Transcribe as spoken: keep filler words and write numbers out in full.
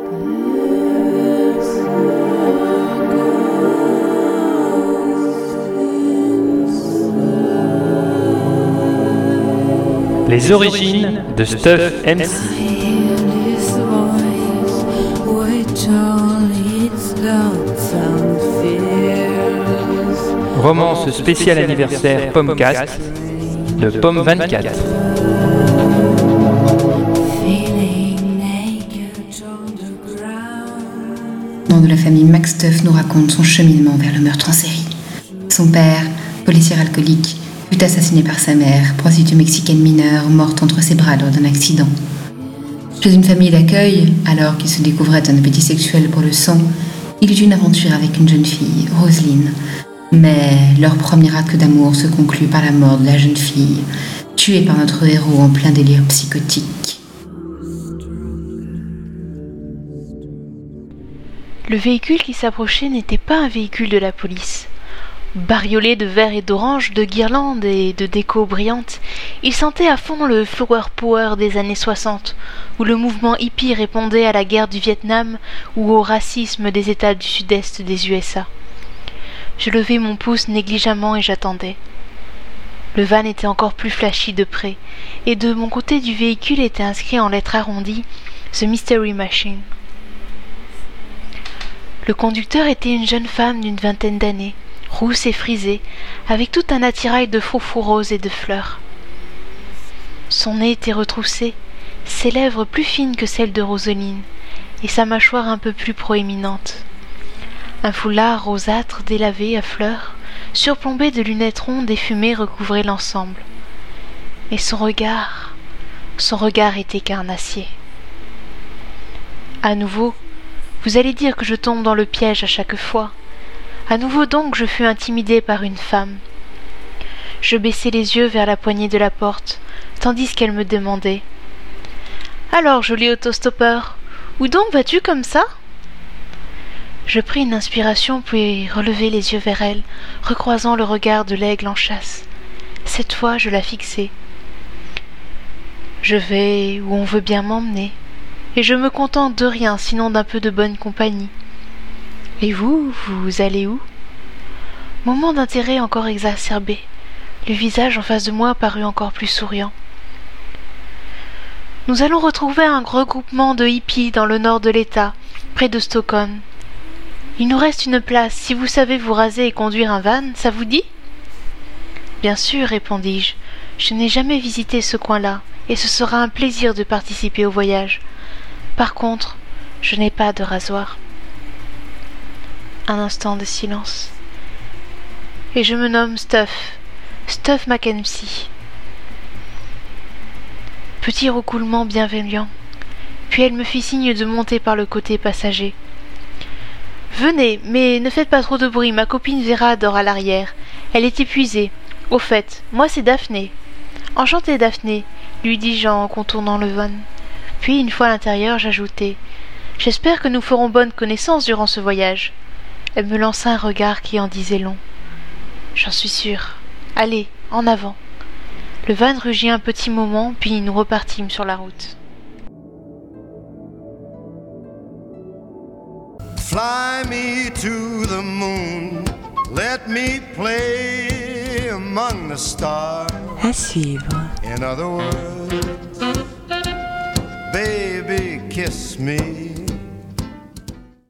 Les origines de Stuff M C. Romance spéciale anniversaire Pommecast de Pomme vingt-quatre. Le nom de la famille McStuff nous raconte son cheminement vers le meurtre en série. Son père, policier alcoolique, fut assassiné par sa mère, prostituée mexicaine mineure, morte entre ses bras lors d'un accident. Chez une famille d'accueil, alors qu'il se découvrait un appétit sexuel pour le sang, il eut une aventure avec une jeune fille, Roselyne. Mais leur premier acte d'amour se conclut par la mort de la jeune fille, tuée par notre héros en plein délire psychotique. Le véhicule qui s'approchait n'était pas un véhicule de la police. Bariolé de vert et d'orange, de guirlandes et de déco brillantes, il sentait à fond le flower power des années soixante, où le mouvement hippie répondait à la guerre du Vietnam ou au racisme des États du sud-est des U S A. Je levai mon pouce négligemment et j'attendais. Le van était encore plus flashy de près, et de mon côté du véhicule était inscrit en lettres arrondies « The Mystery Machine ». Le conducteur était une jeune femme d'une vingtaine d'années, rousse et frisée, avec tout un attirail de froufrous roses et de fleurs. Son nez était retroussé, ses lèvres plus fines que celles de Roselyne, et sa mâchoire un peu plus proéminente. Un foulard rosâtre délavé à fleurs, surplombé de lunettes rondes et fumées recouvrait l'ensemble. Et son regard, son regard était carnassier. À nouveau, vous allez dire que je tombe dans le piège à chaque fois. À nouveau donc je fus intimidé par une femme. Je baissai les yeux vers la poignée de la porte, tandis qu'elle me demandait « Alors, joli autostoppeur, où donc vas-tu comme ça ?» Je pris une inspiration puis relevai les yeux vers elle, recroisant le regard de l'aigle en chasse. Cette fois, je la fixai. Je vais où on veut bien m'emmener, et je me contente de rien sinon d'un peu de bonne compagnie. Et vous, vous allez où ? Moment d'intérêt encore exacerbé. Le visage en face de moi parut encore plus souriant. Nous allons retrouver un regroupement de hippies dans le nord de l'État, près de Stockton. Il nous reste une place. Si vous savez vous raser et conduire un van, ça vous dit ? Bien sûr, répondis-je. Je n'ai jamais visité ce coin-là, et ce sera un plaisir de participer au voyage. Par contre, je n'ai pas de rasoir. Un instant de silence. Et je me nomme Stuff, Stuff McMC. Petit roucoulement bienveillant. Puis elle me fit signe de monter par le côté passager. Venez, mais ne faites pas trop de bruit, ma copine Vera dort à l'arrière. Elle est épuisée. Au fait, moi c'est Daphné. Enchantée Daphné, lui dis-je en contournant le van. Puis, une fois à l'intérieur, j'ajoutai « J'espère que nous ferons bonne connaissance durant ce voyage. » Elle me lança un regard qui en disait long. « J'en suis sûre. Allez, en avant. » Le van rugit un petit moment, puis nous repartîmes sur la route. Fly me to the moon, let me play among the stars. À suivre. In other words, baby, kiss me